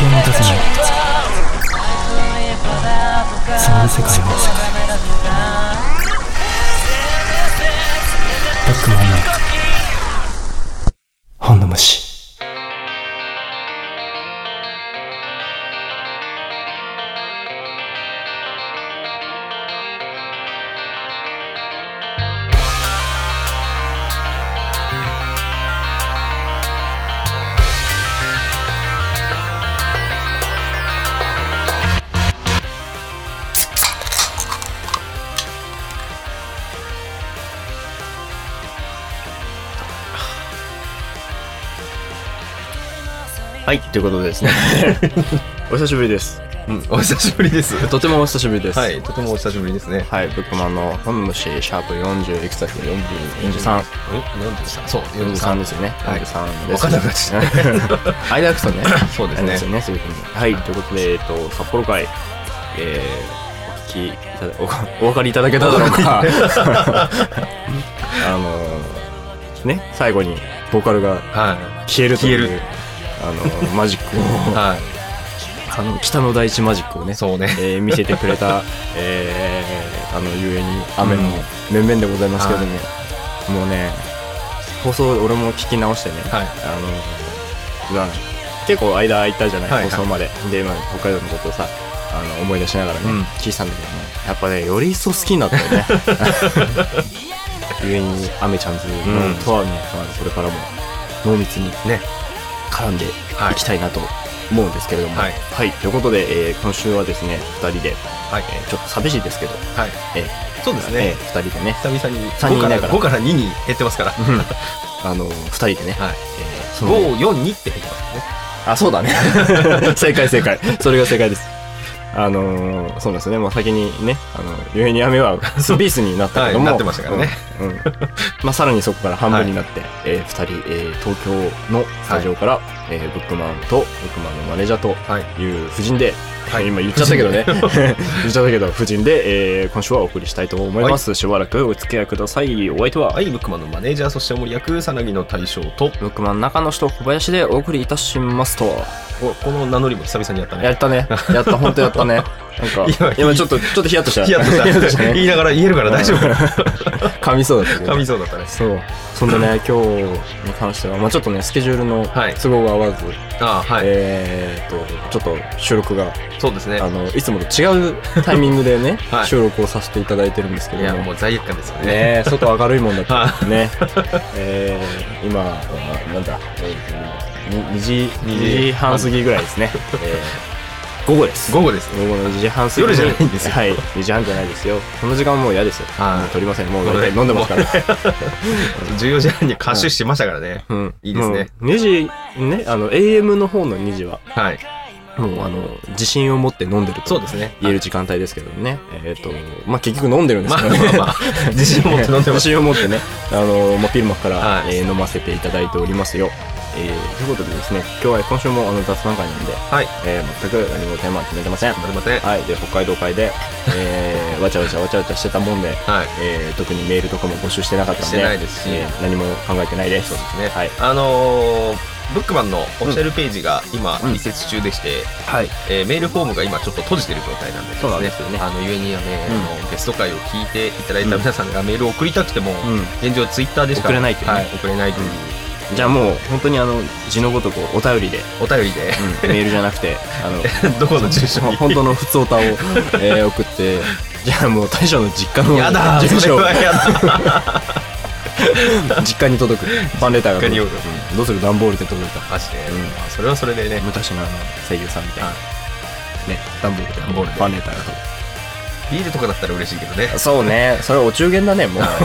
を持たせない、そんな世界をブックマンの本の虫。 はい、ということでですねお久しぶりです。 お久しぶりです。 とてもお久しぶりです。 はい、とてもお久しぶりですね。 はい、ブックマンの本の虫シャープ40いくつだっけ、43。 そう、 43ですよね。43です。 分かんなくなっちゃった。 間空くとね。 そうですね。 ですよね、そういうふうに。はい、ということで、札幌会、お分かりいただけただろうか。ね、最後にボーカルが消えるという、マジックを、はい、北の大地マジックをね、 そうね、 見せてくれた、ゆえに雨の面々でございますけれども、もうね、放送俺も聞き直してね、はい、結構間空いたじゃない、はい、放送まで。で、今北海道のことをさ、思い出しながらね、聞いてたんだけどね、やっぱね、より一層好きになったよね。ゆえにアメちゃんズのとはね、これからも濃密にね、絡んでいきたいなと思うんですけれども、はい、はい、ということで、今週はですね、2人で、はい、ちょっと寂しいですけど、はい、 そうですね、 2人でね、 久々に 3人いないから 5から2に減ってますから、 2人でね、 5、4、2って減ってますからね。 あ、そうだね。正解。それが正解です。そうなんですね。もう先にね、ゆえに雨はスピースになったけども、 なってましたからね。 まあさらにそこから半分になって、2人、東京のスタジオから、ブックマンとブックマンのマネージャーという夫人で、今言っちゃったけどね、夫人で、今週はお送りしたいと思います。しばらくお付き合いください。お相手は、 はい、ブックマンのマネージャー、そして森役さなぎの大将とブックマン中野氏と小林でお送りいたしますと。 この名乗りも久々にやったね。 やったね。本当やったね。なんか今ちょっとヒヤッとした。 言いながら言えるから大丈夫。 噛みそうだったけど。 噛みそうだったね。 そう。そんでね、今日に関しては、まあちょっとね、スケジュールの都合が合わず、ちょっと収録が、 そうですね。 いつもと違うタイミングでね、収録をさせていただいてるんですけども。 いや、もう罪悪感ですよね。 ね、外明るいもんだったね。今、なんだ、2時半過ぎぐらいですね。午後です。 午後の 2時半過ぎ。 夜じゃないんですよ。 はい、2時半じゃないですよ。この時間はもう嫌ですよ。もう撮りません。もう大体飲んでますから。 14時半に歌手してましたからね。いいですね。 2時ね、AM の方の2時は、はい、もう自信を持って飲んでると言える時間帯ですけどね。まあ結局飲んでるんですけどね。 自信を持って飲んでます。 自信を持ってね、ピルマから飲ませていただいておりますよ。ということでですね、今週も雑談会なんで、はい、全く何もテーマは決めてません。はい、で北海道会で、わちゃわちゃしてたもんで、はい、特にメールとかも募集してなかったんで、 してないですし、 何も考えてないです。 そうですね。はい、ブックマンのオフィシャルページが今移設中でして、メールフォームが今ちょっと閉じてる状態なんでですね。そうなんですよね。ゆえにゲスト会を聞いていただいた皆さんがメールを送りたくても、現状ツイッターでしか送れないという。 送れないという。 じゃあもう本当に字のごとくお便りでメールじゃなくてどこの住所に本当の普通歌を、送ってじゃあもう大将の実家のやだ住所それはやだ実家に届くファンレターが届く。どうする段ボールで届いた。 マジで、それはそれでね、 昔の声優さんみたいなね、段ボールでファンレターが届く。 ビールとかだったら嬉しいけどね。 そうね、それはお中元だね、もう。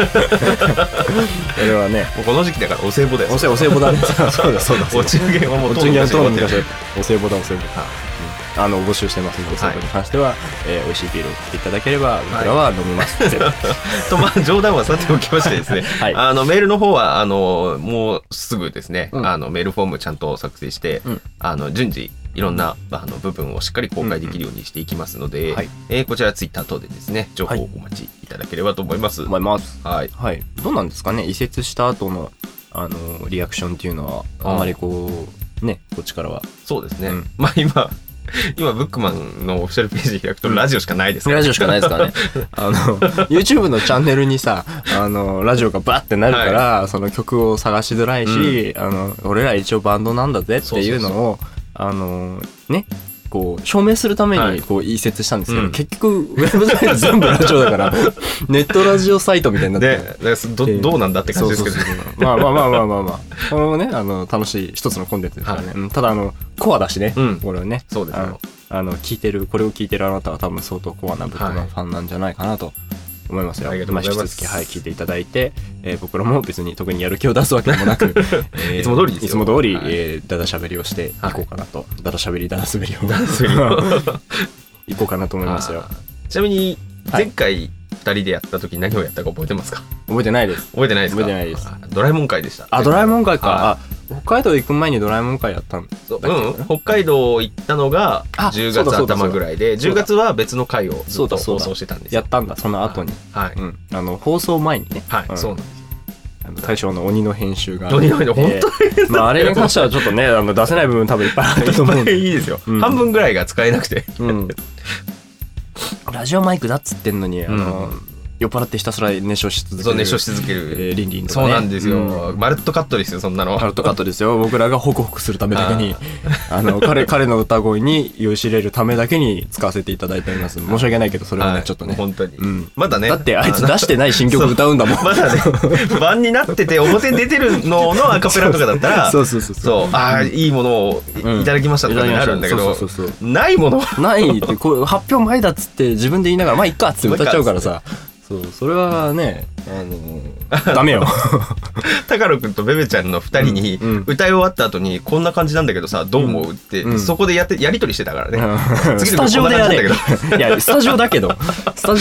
それはね、 もうこの時期だからお歳暮だよ。 お歳暮だね。そうだ。 お中元はもうお中元はと昔お歳暮だ。募集してますので、そこに関しては美味しいビールを送っていただければ僕らは飲みます。 とまあ冗談はさておきましてですね、メールの方はもうすぐですね、メールフォームちゃんと作成して、順次いろんな部分をしっかり公開できるようにしていきますので、こちらツイッター等でですね、情報をお待ちいただければと思います。 はい。どうなんですかね、移設した後のリアクションっていうのはあんまりこうね、こっちからは。 そうですね。まあ今ブックマンのオフィシャルページ開くとラジオしかないですから、 ラジオしかないですからね。YouTube のチャンネルにさ、ラジオがバッてなるから、その曲を探しづらいし、俺ら一応バンドなんだぜっていうのを、ね、こう証明するためにこう移設したんですけど、結局ウェブサイト全部ラジオだからネットラジオサイトみたいになってどうなんだって感じですけど、 まあこれもね楽しい一つのコンテンツですからね、ただコアだしね、これはね、 そうですよ。 これを聞いてるあなたは多分相当コアなブックマンファンなんじゃないかなと思いますよ。 ありがとうございます。 引き続き聞いていただいて、僕らも別に特にやる気を出すわけでもなくいつも通りですよ。 いつも通りだだしゃべりをしていこうかなと、だだしゃべりだだ滑りをいこうかなと思いますよ。 ちなみに前回2人でやった時何をやったか覚えてますか？ 覚えてないです。 覚えてないですか？ 覚えてないです。 ドラえもん会でした。 ドラえもん会か。北海道行く前にドラえもん会やったんだっけ？北海道行ったのが10月頭ぐらいで、10月は別の回をずっと放送してたんですよ。 やったんだ、その後に。放送前にね。 はい、そうなんです。 大将の鬼の編集が。 鬼の編集、本当に。 あれに関してはちょっとね、出せない部分多分いっぱいあったと思うんで。 いいですよ。半分ぐらいが使えなくて。 ラジオマイクだっつってんのに、酔っ払ってひたすら熱唱し続ける。 そう、熱唱し続ける。 リンリンとかね。そうなんですよ。まるっとカットですよ、そんなの。 まるっとカットですよ。僕らがホクホクするためだけに、彼の歌声に酔いしれるためだけに使わせていただいております。申し訳ないけど、それはね、ちょっとね。 本当に。まだね。 だってあいつ出してない新曲歌うんだもん。 まだね、盤になってて表に出てるののアカペラとかだったら、そう、いいものをいただきましたとかになるんだけど、ないものないって、発表前だっつって自分で言いながら、まあいっかっつって歌っちゃうからさ。それはね、ダメよ。 高野くんとベベちゃんの2人に歌い終わった後にこんな感じなんだけどさ、どう思うって、そこでやり取りしてたからね。 スタジオでやれ。いや、スタジオだけどさ、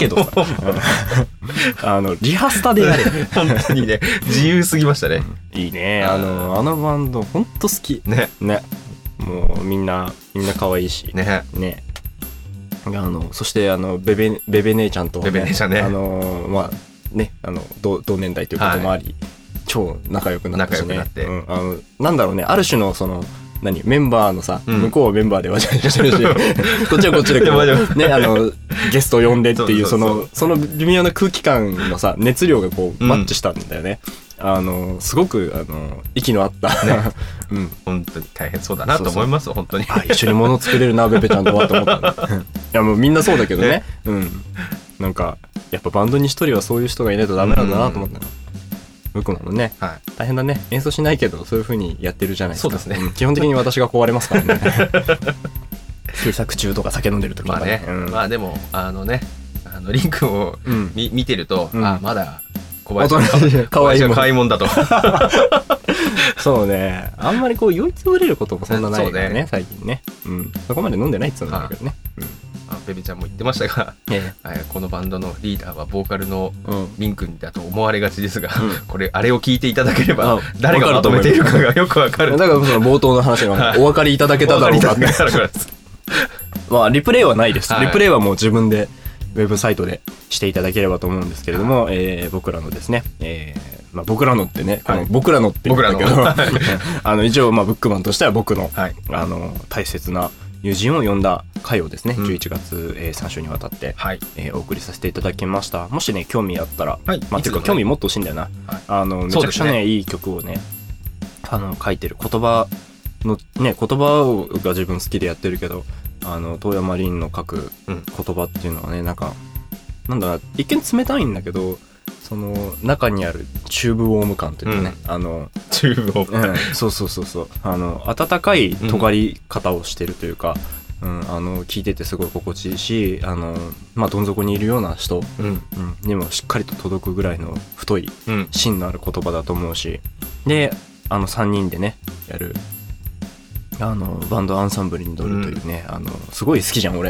リハスタでやれ。 本当にね、自由すぎましたね。 いいね。あのバンドほんと好き。ね。もうみんな可愛いし。ね。そしてベベ姉ちゃんと、 ベベ姉ちゃんね、 まあね、同年代ということもあり、超仲良くなってしね、なんだろうね、ある種のそのメンバーのさ、向こうはメンバーでわちゃわちゃしてるし、こっちはこっちでこうね、ゲスト呼んでっていうその微妙な空気感のさ、熱量がこうマッチしたんだよね。すごく息の合った本当に大変そうだなと思います。本当に一緒に物作れるなベペちゃんとはと思ったいやもうみんなそうだけどね、なんかやっぱバンドに一人はそういう人がいないとダメなんだなと思ったの。僕もね、大変だね、演奏しないけどそういう風にやってるじゃないですか。 そうですね、 基本的に私が壊れますからね。制作中とか酒飲んでる時とかね。 まあでもリンクを見てると、まだ小林は可愛いもんだと。 そうね、あんまりこう酔いつぶれることもそんなないからね、最近ね。そこまで飲んでないっつうんだけどね。 ベビちゃんも言ってましたが、このバンドのリーダーはボーカルのリン君だと思われがちですが、これあれを聞いていただければ誰がまとめているかがよくわかる。 だからその冒頭の話がお分かりいただけただろうかって。まあリプレイはないです。リプレイはもう自分でウェブサイトでしていただければと思うんですけれども、僕らのですね、僕らのってね、僕らのって言ったけど、一応ブックマンとしては僕の大切な友人を呼んだ回をですね、11月3週にわたってお送りさせていただきました。もしね興味あったら、ていうか興味持ってほしいんだよな。めちゃくちゃねいい曲をね書いてる、言葉が自分好きでやってるけど、遠山凛の書く言葉っていうのはね、なんだ一見冷たいんだけど、その中にあるチューブウォーム感というかね、 チューブウォーム感、 そう温かい尖り方をしてるというか、聞いててすごい心地いいし、どん底にいるような人にもしっかりと届くぐらいの太い芯のある言葉だと思うし、で3人でねやるバンドアンサンブルに乗るというね、すごい好きじゃん俺。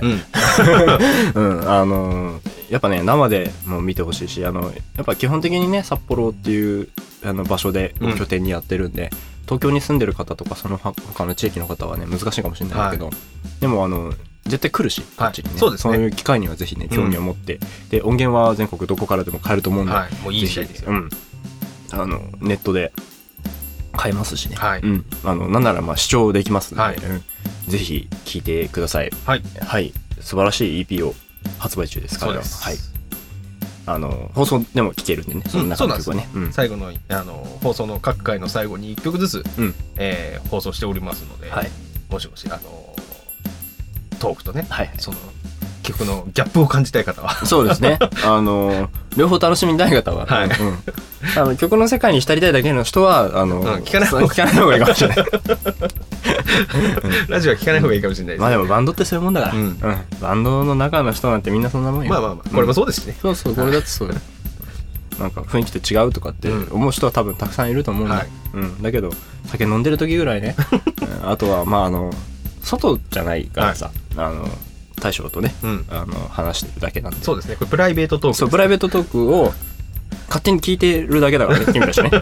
やっぱね生でも見てほしいし、やっぱ基本的にね札幌っていう場所で拠点にやってるんで、東京に住んでる方とかその他の地域の方はね難しいかもしれないけど、でも絶対来るしこっちにね、そういう機会にはぜひね興味を持って、で音源は全国どこからでも買えると思うんで、 もういい時代ですよ。 ネットで買えますしね、 はい、 なんならまあ視聴できますので、はい、ぜひ聴いてください。 はい、 はい、素晴らしい EP を発売中ですから。 そうです。 はい、放送でも聴けるんでね、その中の曲はね、 最後の放送の各回の最後に1曲ずつ、放送しておりますので、はい、もしもしトークとね、はい、その曲のギャップを感じたい方はそうですね、両方楽しみたい方は、はい、曲の世界に浸りたいだけの人は聞かない方がいいかもしれないラジオは聞かない方がいいかもしれないです、ね、 まあでもバンドってそういうもんだから、バンドの中の人なんてみんなそんなもんよ。 まあこれもそうですしね、 そうこれだってそうだよなんか雰囲気と違うとかって思う人は多分たくさんいると思うんだ、だけど酒飲んでる時ぐらいねあとはまあ外じゃないからさ、大将とね、話してるだけなんで。そうですね、これプライベートトーク、そうプライベートトークを勝手に聞いてるだけだからね、君たちね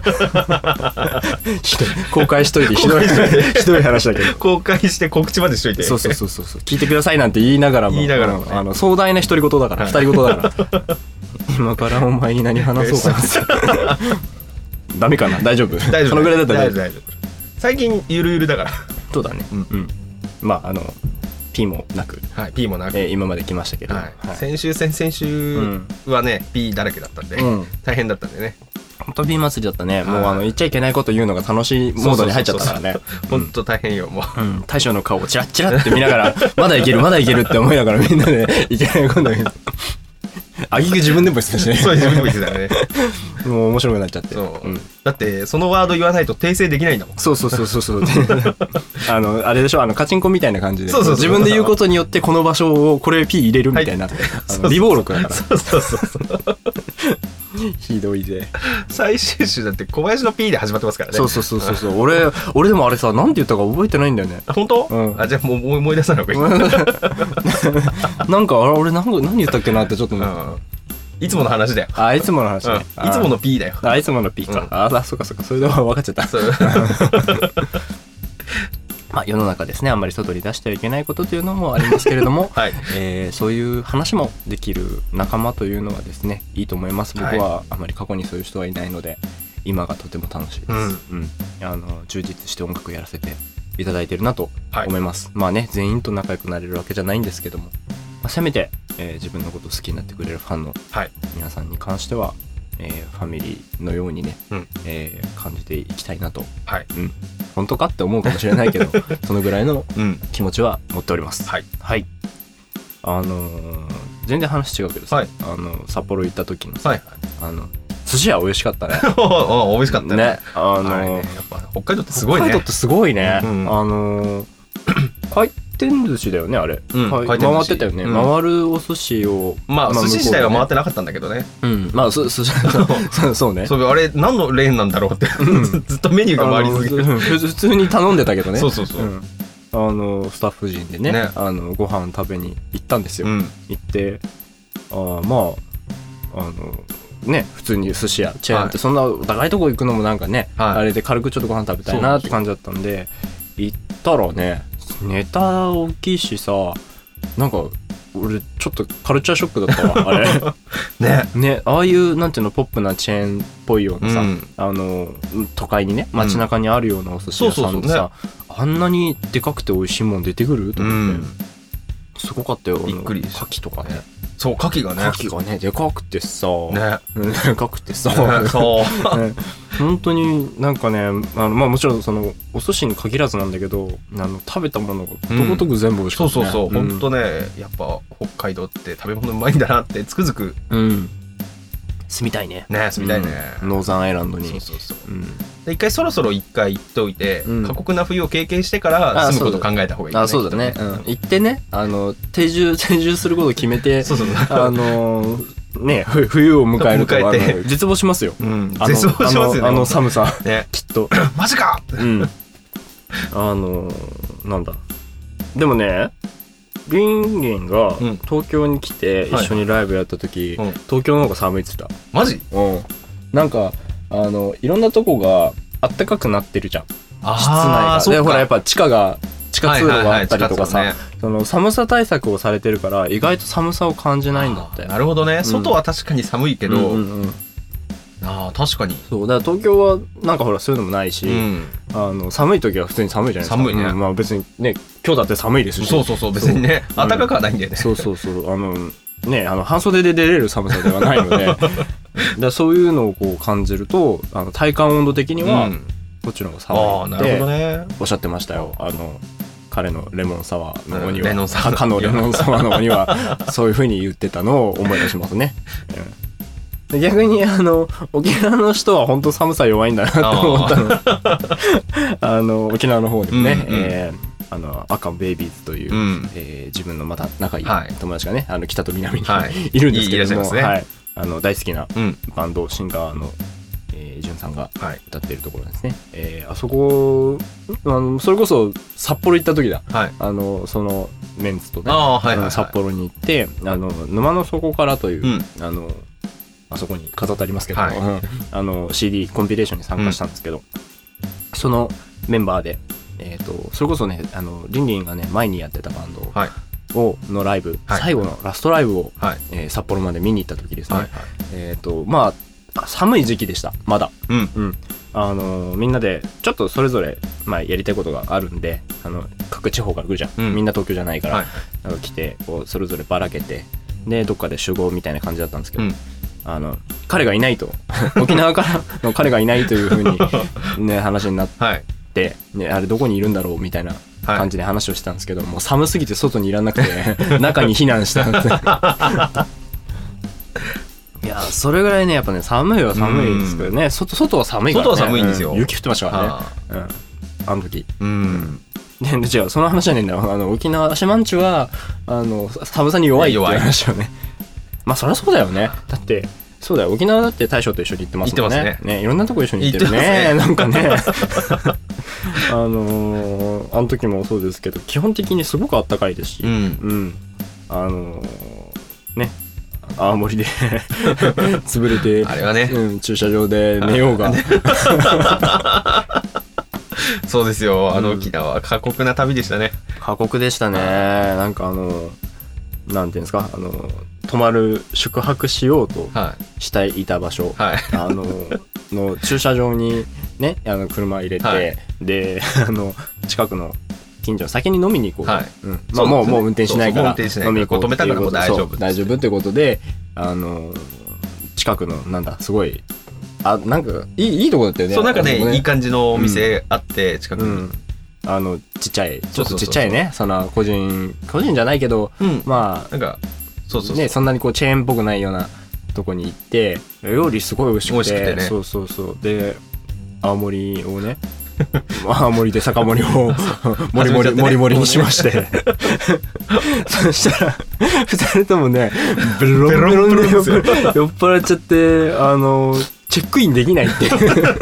公開しといてひどい話だけど公開して告知までしといてそう聞いてくださいなんて言いながらもね、壮大な独り言だから、二人言だから今からお前に何話そうかなダメかな、大丈夫そのぐらいだったら大丈夫。最近ゆるゆるだからそうだね、まあP もなく、 はい、P もなく、 今まで来ましたけど、 先週はね、P だらけだったんで、大変だったんでね。 本当 P 祭りだったね。もう言っちゃいけないこと言うのが楽しいモードに入っちゃったからね。 本当大変よ、もう。 大将の顔をチラッチラって見ながらまだいけるって思いながらみんなでいけないこと言う。あぎく自分でも言ってたしね。 そう自分でも言ってたね。 もう面白くなっちゃって。 だってそのワード言わないと訂正できないんだもん。 そうあれでしょ、カチンコみたいな感じで自分で言うことによってこの場所をこれ P 入れるみたいな微暴録だから。そうひどいぜ。 最終週だって小林の P で始まってますからね。 そう俺でもあれさ、なんて言ったか覚えてないんだよね。 本当？じゃあもう思い出さない方がいい。 なんか俺何言ったっけなってちょっといつもの話だよ。 いつもの話ね。 いつもの P だよ。 いつもの P か。そうかそれで分かっちゃった。まあ世の中ですね、あんまり外に出してはいけないことというのもありますけれども、そういう話もできる仲間というのはですね、いいと思います。僕はあまり過去にそういう人はいないので、今がとても楽しいです。充実して音楽やらせていただいてるなと思います。まあね、全員と仲良くなれるわけじゃないんですけども、せめて、自分のことを好きになってくれるファンの皆さんに関しては、ファミリーのようにね、感じていきたいなと、本当かって思うかもしれないけどそのぐらいの気持ちは持っております。全然話違うけどさ、札幌行った時のさ、寿司屋美味しかったね。 美味しかったね。 やっぱ北海道ってすごいね。 北海道ってすごいね。回転寿司だよね、あれ。回ってたよね。回るお寿司を。 まあ寿司自体は回ってなかったんだけどね。 まあ寿司そうね。 あれ何のレーンなんだろうってずっとメニューが回り続けて。 普通に頼んでたけどね。 そう。 スタッフ陣でね、ご飯食べに行ったんですよ。行ってね、普通に寿司屋チェーンってそんなお高いとこ行くのもなんかね、あれで軽くちょっとご飯食べたいなって感じだったんで行ったらね、ネタ大きいしさ、なんか俺ちょっとカルチャーショックだったわあれね、ああいうなんていうの、ポップなチェーンっぽいようなさ、都会にね、街中にあるようなお寿司屋さんでさ、あんなにでかくて美味しいもん出てくると思って、すごかったよ。 びっくり。 牡蠣とかね。 そう、牡蠣がねでかくてさ、 でかくてさ、本当になんかね、まあもちろんそのお寿司に限らずなんだけど、食べたものがことごとく全部美味しかったね。 そう本当ね、やっぱ北海道って食べ物うまいんだなってつくづく。 住みたいね。 住みたいね。 ノーザンアイランドに。 一回そろそろ行っておいて、過酷な冬を経験してから住むことを考えた方がいいね。 そうだね。行ってね、定住することを決めて、ね、冬を迎えると絶望しますよ。 絶望しますよね。 寒さ、きっと。 マジか。 なんだ。でもね、リンが東京に来て一緒にライブやった時、東京の方が寒いって言ってた。 マジ？ なんかいろんなとこが暖かくなってるじゃん、室内が。でほらやっぱ地下通路があったりとかさ、その寒さ対策をされてるから意外と寒さを感じないんだって。 なるほどね。外は確かに寒いけど、 確かに。 そうだから東京はなんかほらそういうのもないし、寒い時は普通に寒いじゃないですか。 寒いね。 まあ別にね今日だって寒いですし。 そう別にね暖かくはないんだよね。 そうね半袖で出れる寒さではないのでだそういうのをこう感じると体感温度的にはこっちの方が寒いっておっしゃってましたよ。彼のレモンサワーの鬼は赤のレモンサワーの鬼はそういう風に言ってたのを思い出しますね。逆に沖縄の人は本当寒さ弱いんだなと思ったの沖縄の方でもね、赤ベイビーズという、自分のまた仲いい友達がね北と南にいるんですけれども、大好きなバンドシンガーのジュンさんが歌っているところですね。あそこそれこそ札幌行った時だ、そのメンツとね札幌に行って沼の底からという、あそこに飾ってありますけど、CD コンピレーションに参加したんですけど、そのメンバーでそれこそねリンリンがね前にやってたバンドのライブ、最後のラストライブを、札幌まで見に行った時ですね。まあ寒い時期でしたまだ。みんなでちょっとそれぞれ、やりたいことがあるんで各地方から来るじゃん、みんな東京じゃないから、来てこうそれぞればらけてでどっかで集合みたいな感じだったんですけど、彼がいないと沖縄からの彼がいないという風にね話になって、あれどこにいるんだろうみたいな感じで話をしてたんですけど、もう寒すぎて外にいらなくて中に避難したんですいやそれぐらいねやっぱね寒いは寒いですけどね、外は寒いからね。 外は寒いんですよ、 雪降ってましたからね、あの時。で違うその話じゃねえんだよ。沖縄四万十は寒さに弱いっていう話をねまあそりゃそうだよね。だってそうだよ沖縄だって大将と一緒に行ってますもんね。ねいろんなとこ一緒に行ってるね。なんかねあの時もそうですけど基本的にすごくあったかいですし、ね青森で潰れてあれはね、 駐車場で寝ようがそうですよ。沖縄は過酷な旅でしたね。 過酷でしたね。なんかなんていうんですか泊まる宿泊しようとしていた場所、の駐車場にね車入れて、で近くの近所先に飲みに行こう、もう運転しないから飲みに行こう、 止めたからもう大丈夫ってことで近くのなんだすごいなんかいいとこだったよね。 そうなんかねいい感じのお店あって近くに、 ちっちゃいちょっとちっちゃいねその個人じゃないけど、まあなんかそうねそんなにこうチェーンっぽくないようなとこに行って料理すごい美味しくてね。そうで青森をね青森で酒盛りをもりもりにしましてそしたら2人ともねベロンベロンで酔っ払っちゃってチェックインできないって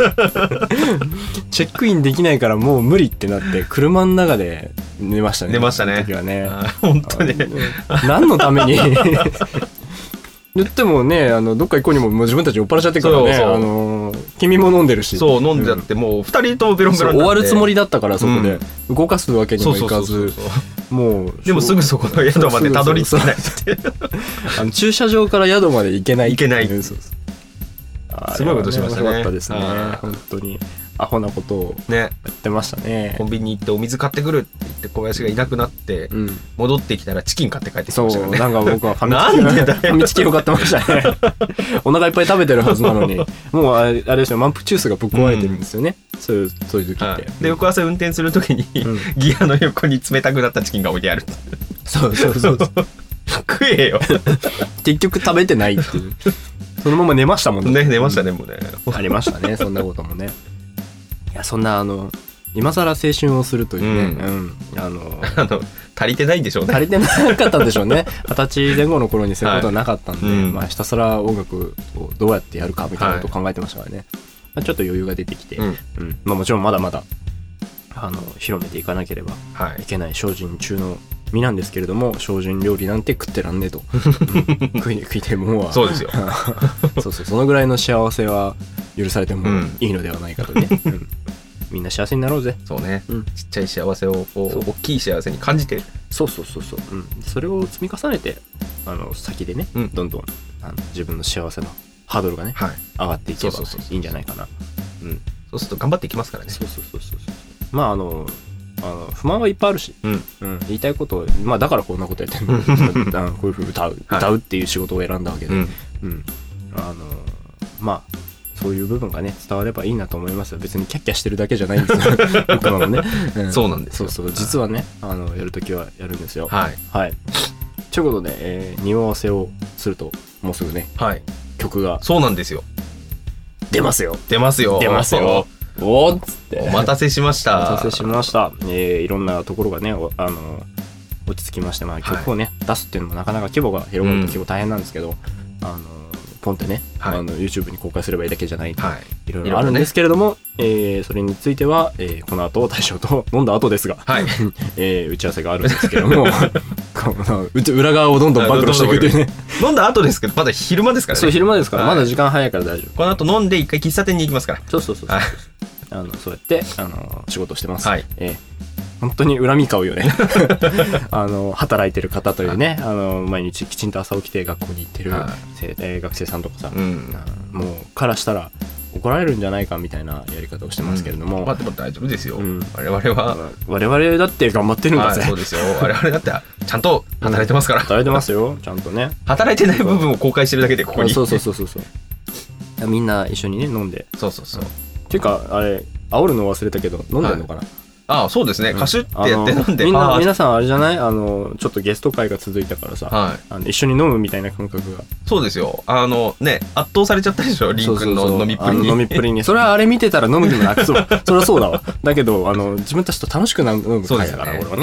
チェックインできないからもう無理ってなって車の中で寝ましたね。その時はね本当に何のために言ってもねどっか行こうにも自分たち酔っ払っちゃってからね君も飲んでるしそう飲んじゃって、もう2人ともベロンベロンになって終わるつもりだったからそこで動かすわけにもいかずもうでもすぐそこの宿までたどり着けないって駐車場から宿まで行けないすごいことしましたね。 面白かったですね。本当にアホなことをやってましたね。 コンビニ行ってお水買ってくるって言って小林がいなくなって、戻ってきたらチキン買って帰ってきましたからね。 そうなんか僕はファミチキを買ってましたねお腹いっぱい食べてるはずなのにもうあれですよ満腹中枢がぶっ壊れてるんですよね、そういう時って、 で翌朝運転する時に、ギアの横に冷たくなったチキンが置いてあるそう食えよ結局食べてないっていうそのまま寝ましたもんね。寝ましたねもうねありましたねそんなこともね。いやそんな今更青春をするというね、 足りてないんでしょうね。 足りてなかったんでしょうね。20歳前後の頃にそういうことはなかったんで、ひたすら音楽をどうやってやるかみたいなことを考えてましたからね、ちょっと余裕が出てきて、もちろんまだまだ広めていかなければいけない精進中の身なんですけれども、精進料理なんて食ってらんねえと食いてもはそうですよそのぐらいの幸せは許されてもいいのではないかとね、みんな幸せになろうぜ。 そうね、ちっちゃい幸せをこう大きい幸せに感じてそう、それを積み重ねて先でね、どんどん自分の幸せのハードルがね、上がっていけばいいんじゃないかな。 そうすると頑張っていきますからね。 そう。まあ不満はいっぱいあるし、言いたいことまあだからこんなことやってんのこういうふうに歌うっていう仕事を選んだわけで、まあそういう部分がね伝わればいいなと思います。別にキャッキャしてるだけじゃないんですよ僕もね、 そうなんですよ。 そう実はねやるときはやるんですよ。はいということで、匂わせをするともうすぐね、曲がそうなんですよ。 出ますよ。おっつってお待たせしました。 いろんなところがね落ち着きまして、まあ曲をね出すっていうのもなかなか規模が広がると結構大変なんですけど、ポンってね、YouTube に公開すればいいだけじゃない、いろいろあるんですけれども、それについては、この後大将と飲んだ後ですが、打ち合わせがあるんですけども裏側をどんどん暴露していくというね飲んだ後ですけどまだ昼間ですからね。 そう昼間ですから、まだ時間早いから大丈夫。 この後飲んで一回喫茶店に行きますから。そうそうやって仕事してます。本当に恨み買うよね働いてる方というね、毎日きちんと朝起きて学校に行ってる、学生さんとかさ、もうからしたら怒られるんじゃないかみたいなやり方をしてますけれども、 まあでも大丈夫ですよ。 我々だって頑張ってるんだぜ。 そうですよ。我々だってちゃんと働いてますから。 働いてますよ、ちゃんとね。 働いてない部分を公開してるだけでここに。 そうみんな一緒にね飲んで。っていうかあれ煽るの忘れたけど飲んでんのかな。 そうですね。カシュってやって飲んで。 皆さんあれじゃない？ちょっとゲスト会が続いたからさ、一緒に飲むみたいな感覚が。そうですよ。 圧倒されちゃったでしょ、リン君の飲みっぷりに。 飲みっぷりに。それはあれ見てたら飲む気もなくそう。それはそうだわ。だけど自分たちと楽しく飲む会だから、俺はね。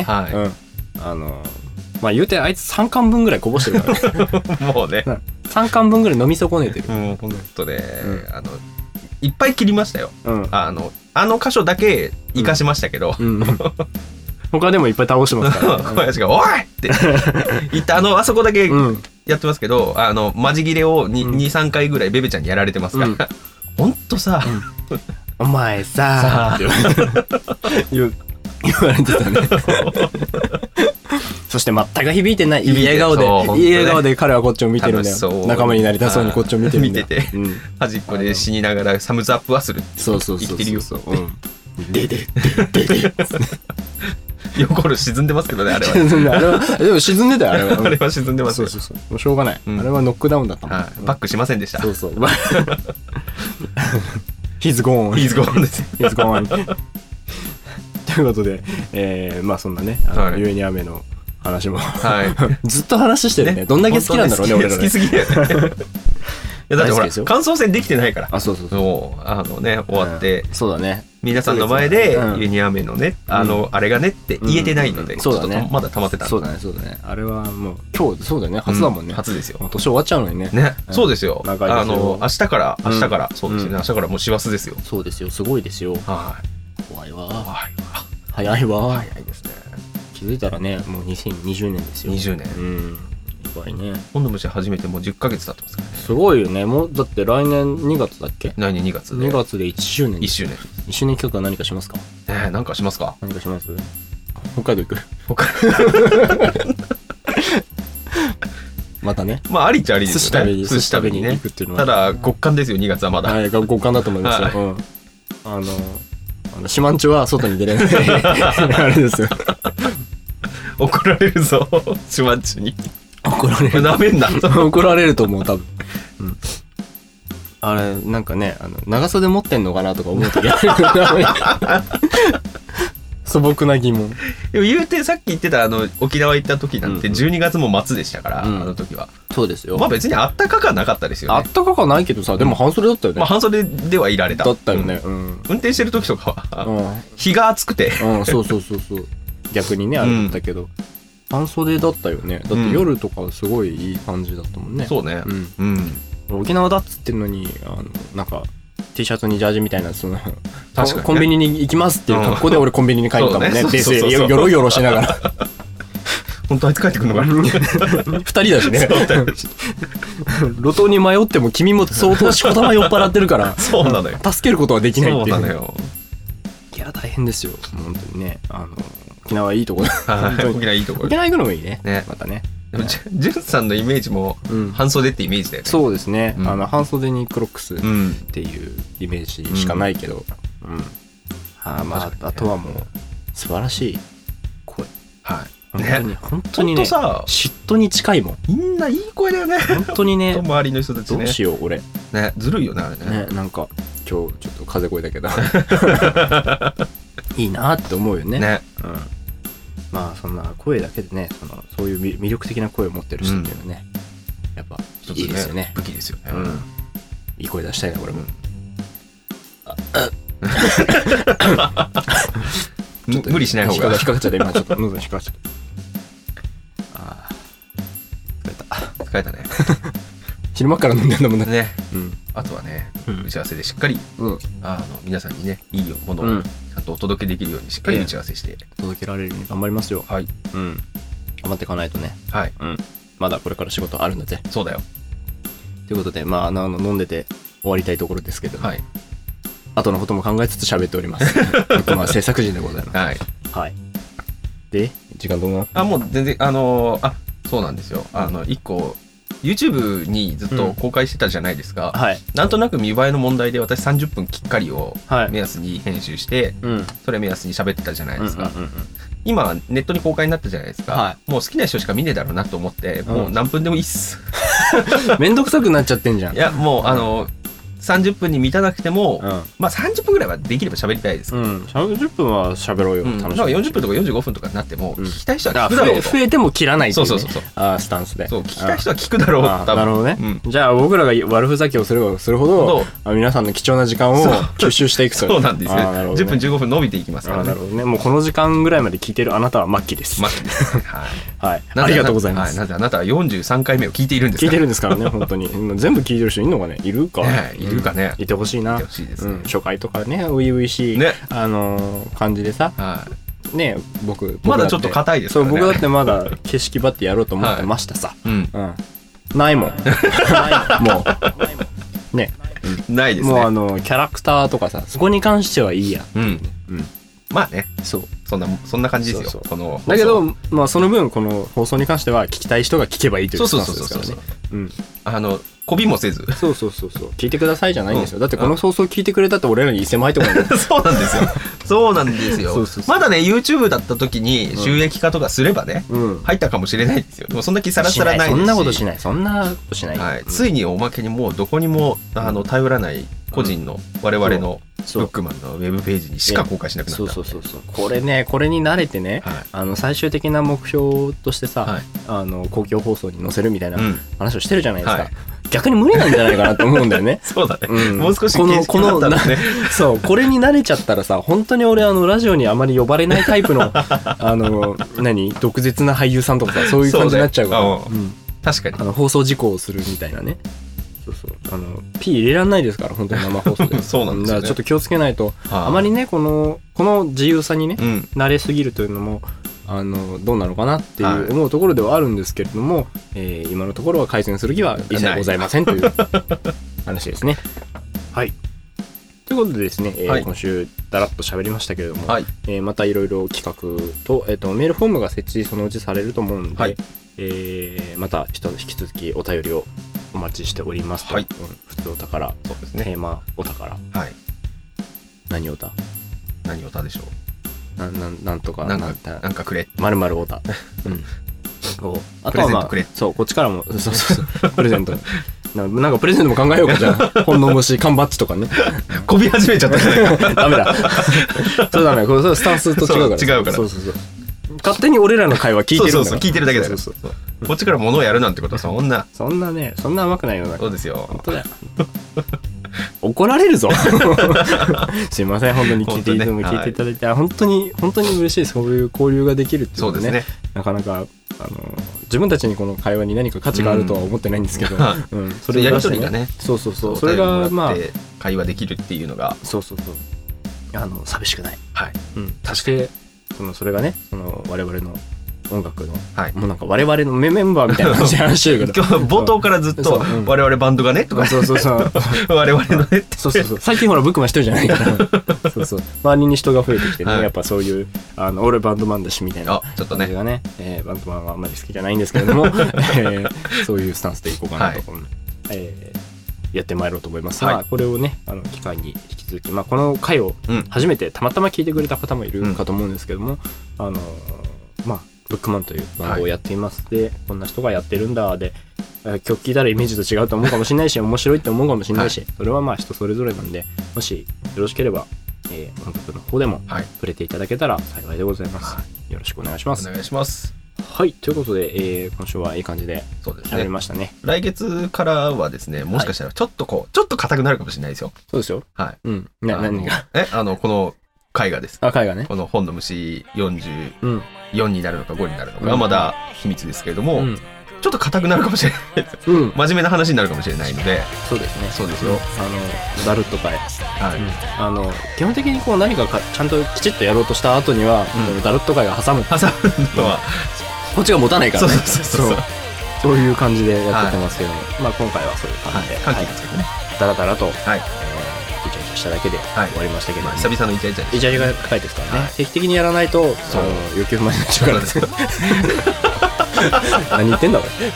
まあ言うてあいつ3缶分ぐらいこぼしてるからね。 もうね。 3缶分ぐらい飲み損ねてる。 ほんとね。いっぱい切りましたよ。箇所だけ生かしましたけど、 他でもいっぱい倒してますから、 小林が「おい!」って言ったあそこだけやってますけど、マジ切れを 2,3 回ぐらいベベちゃんにやられてますから、ほんとさお前さ言われてたねそして全く響いてない。いい笑顔で彼はこっちを見てるんだよ。仲間になりたそうにこっちを見てるんだよ。 端っこで死にながらサムズアップはする。生きてるよ。で横る沈んでますけどね、あれは。 でも沈んでたよ、あれは。 あれは沈んでますよ。 もうしょうがない。あれはノックダウンだったもん。 バックしませんでした。 He's gone です。He's gone ということで、まあそんなね、ゆえに雨の話もずっと話してるね。どんだけ好きなんだろうね、俺らね。 好きすぎだよね。いやだってほら感想戦できてないから。 そう終わってそうだね、 皆さんの前でゆえに雨のねあれがねって言えてないので、ちょっとまだ溜まってた。 そうだね。あれはもう今日そうだね、初だもんね。 初ですよ。 年終わっちゃうのにね。 そうですよ。明日からそうですよね。明日からもう師走ですよ。 そうですよ。すごいですよ。怖いわ。早いわ。早いですね。気づいたらね、もう2020年ですよ。 20年。 やばいね。 今度虫始めてもう10ヶ月経ってますからね。 すごいよね。もうだって来年2月だっけ？ 来年2月で。 2月で1周年。1周年企画は何かしますか？ 何かしますか？ 何かします？北海道行く？またね。 まあありっちゃありですよね。 寿司食べに行くっていうのは。 ただ極寒ですよ、2月はまだ。 極寒だと思いますよ。四万十は外に出れないあれですよ。 怒られるぞ、四万十に。 怒られる。 なめんな。 怒られると思う、多分。あれなんかね、長袖持ってんのかなとか思うときある。素朴な疑問。 でも言うてさっき言ってた沖縄行った時なんて12月も末でしたから、あの時は。 そうですよ。 まあ別にあったかくはなかったですよね。 あったかくはないけどさ、でも半袖だったよね。 まあ半袖ではいられた。 だったよね。 運転してる時とかは日が暑くて。 そう。逆にね、あれだったけど。半袖だったよね。だって夜とかすごいいい感じだったもんね。 そうね。 沖縄だっつってんのに、なんか T シャツにジャージみたいな、そのコンビニに行きますっていう格好で俺コンビニに帰ったもんね。で、よろよろしながら。 本当あいつ帰ってくるのかな。 2人だしね。路頭に迷っても君も相当しこたま酔っ払ってるから。 そうなのよ。 助けることはできないっていう。 そうなのよ。 いや大変ですよ。本当にね。沖縄いいとこだ。 沖縄いいとこ。 沖縄行くのもいいね。またね。 でもジュンさんのイメージも半袖ってイメージだよね。 そうですね、半袖にクロックスっていうイメージしかないけど、まあ、あとはもう素晴らしい声。本当にね、さ、嫉妬に近いもん。 みんないい声だよね。 本当にね。 周りの人たちね。 どうしよう俺。 ね、ずるいよねあれね。 なんか今日ちょっと風声だけどいいなって思うよね。まあそんな声だけでね、そういう魅力的な声を持ってる人っていうのはね、やっぱいいですよね。 武器ですよね。 いい声出したいなこれも。 無理しない方が。 引っかかっちゃった今ちょっと喉に引っかかっちゃった。 疲れたね。 昼間から飲んでんだもんね。あとはね、打ち合わせでしっかり皆さんにね、いいものをちゃんとお届けできるようにしっかり打ち合わせして届けられるように頑張りますよ。はい。頑張っていかないとね。はい。まだこれから仕事あるんだぜ。 そうだよ。 ということで、まあ飲んでて終わりたいところですけど、はい。後のことも考えつつ喋っております。僕は制作人でございます。はい。はい。で、時間どうな？ もう全然そうなんですよ。一個。YouTube にずっと公開してたじゃないですか、なんとなく見栄えの問題で私30分きっかりを目安に編集して、それ目安に喋ってたじゃないですか。今ネットに公開になったじゃないですか、もう好きな人しか見ねえだろうなと思って、もう何分でもいいっす。 めんどくさくなっちゃってんじゃん。 いやもう30分に満たなくても、まあ30分ぐらいはできれば喋りたいです。 30分は喋ろうよ。楽しみ。 だから40分とか45分とかになっても、聞きたい人は聞くだろうと。 増えても切らないっていうね。 そう。 スタンスで。 そう、聞きたい人は聞くだろう。 なるほどね。じゃあ僕らが悪ふざけをすればするほど、皆さんの貴重な時間を吸収していくと。 そうなんですね。10分15分伸びていきますからね。 なるほどね。もうこの時間ぐらいまで聞いてるあなたは末期です。 末期です。 はい。ありがとうございます。 なぜあなたは43回目を聞いているんですか。聞いてるんですからね、本当に。全部聞いてる人いるのかね。いるか。 いるかね。 いてほしいな。初回とかね、初々しい感じでさ、ね、僕まだちょっと硬いですからね。 そう、僕だってまだ景色ばってやろうと思ってましたさ。ないもん。もうね、 ないですね。 もうキャラクターとかさ、そこに関してはいいや。 まあね、そんな感じですよ。 だけどまあその分この放送に関しては聞きたい人が聞けばいいというスタンスですからね。 こびもせず。 そう聞いてくださいじゃないんですよ。だってこの放送聞いてくれたって俺らに1000万入ってこない。 そうなんですよ。そうなんですよ。まだね YouTube だった時に収益化とかすればね、入ったかもしれないですよ。でもそんな気さらさらないですし。 そんなことしない。そんなことしない。 ついにおまけにもうどこにも頼らない個人の我々のブックマンのウェブページにしか公開しなくなった。 そう。これに慣れてね、最終的な目標としてさ、公共放送に載せるみたいな話をしてるじゃないですか。逆に無理なんじゃないかなと思うんだよね。 そうだね。もう少し形式だったらね。 そう、これに慣れちゃったらさ、本当に俺ラジオにあまり呼ばれないタイプの毒舌な俳優さんとかさ、そういう感じになっちゃうから。 確かに。 放送事故をするみたいなね。P 入れらんないですから本当に生放送で。 そうなんですよね。 ちょっと気をつけないと、あまりねこの自由さにね、慣れすぎるというのもどうなのかなっていう思うところではあるんですけれども、今のところは改善する気は一切ございませんという話ですね。はい。ということでですね、今週だらっと喋りましたけれども、またいろいろ企画と、メールフォームが設置そのうちされると思うんで、また引き続きお便りをお待ちしておりますと。普通お宝、そうですね。テーマお宝。何おたでしょう。 なんとかなんかくれ。 まるまるおた。あとはまあそうこっちからもそうプレゼント。なんかプレゼントも考えようかじゃあ。本の虫缶バッジとかね。 こび始めちゃったじゃないか。 ダメだ。そうダメ。これスタンスと違うから。 違うから。 そう。勝手に俺らの会話聞いてるんだから。 そう聞いてるだけだから。こっちから物をやるなんてことはそんな甘くないよ。 そうですよ。 本当だよ。怒られるぞ。すいません本当に聞いていただいて、本当に嬉しいです。そういう交流ができるっていうのはね、なかなか自分たちにこの会話に何か価値があるとは思ってないんですけど、 それやり取りがね、 そうそれがまあ会話できるっていうのがそう寂しくない。 はい。 そしてそれがね我々の音楽の、もうなんか我々のメンバーみたいな感じで話してるけど今日冒頭からずっと我々バンドがねとかそう我々のねってそう最近ほらブックマン一人じゃないからそう周りに人が増えてきてね、やっぱそういう俺バンドマンだしみたいな感じがね、バンドマンはあんまり好きじゃないんですけれどもそういうスタンスでいこうかなと、やってまいろうと思いますが、これをね機会に引き続き、この回を初めてたまたま聞いてくれた方もいるかと思うんですけども、ブックマンというバンドをやっています、でこんな人がやってるんだで曲聴いたらイメージと違うと思うかもしれないし面白いって思うかもしれないし、それは人それぞれなんで、もしよろしければ、音楽の方でも触れていただけたら幸いでございます、よろしくお願いします。 お願いします。 はい、ということで、今週はいい感じで喋りましたね。 来月からはですね、もしかしたらちょっと硬くなるかもしれないですよ。 そうですよ。 はい。 何がこの絵画です。 絵画ね。 この本の虫44になるのか5になるのかまだ秘密ですけれども、ちょっと硬くなるかもしれない。真面目な話になるかもしれないので。 そうですね。 そうですよ。 ダルッとか基本的に何かちゃんときちっとやろうとした後には、ダルッとかが挟むのはこっちが持たないからね。そういう感じでやっててますけども、今回はそういう感じで緩急つけてね、 ダラダラとイチャイチャしただけで終わりましたけど、 久々のイチャイチャイチャイチャが高いですからね、定期的にやらないと要求不満になっちゃうからですけど何言ってんだ俺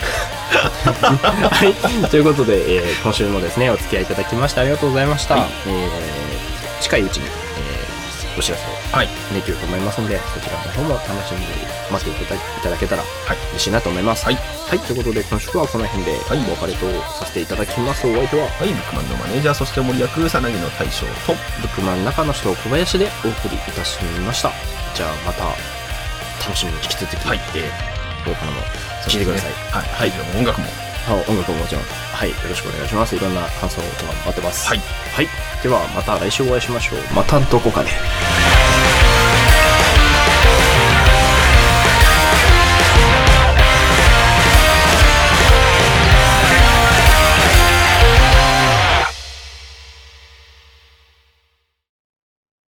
はい、ということで、今週もですねお付き合いいただきましてありがとうございました、近いうちに、お知らせをできると思いますので、そちらの方も楽しみに待っていただけたら嬉しいなと思います。はい、ということで今週はこの辺でお別れとさせていただきます。お相手はブックマンのマネージャー、そして森役さなぎの大将とブックマン中の人小林でお送りいたしました。じゃあまた楽しみに引き続き、これからも聞いてください。 はい、音楽ももちろん、よろしくお願いします。いろんな感想とか待ってます。はい、ではまた来週お会いしましょう。またどこかで。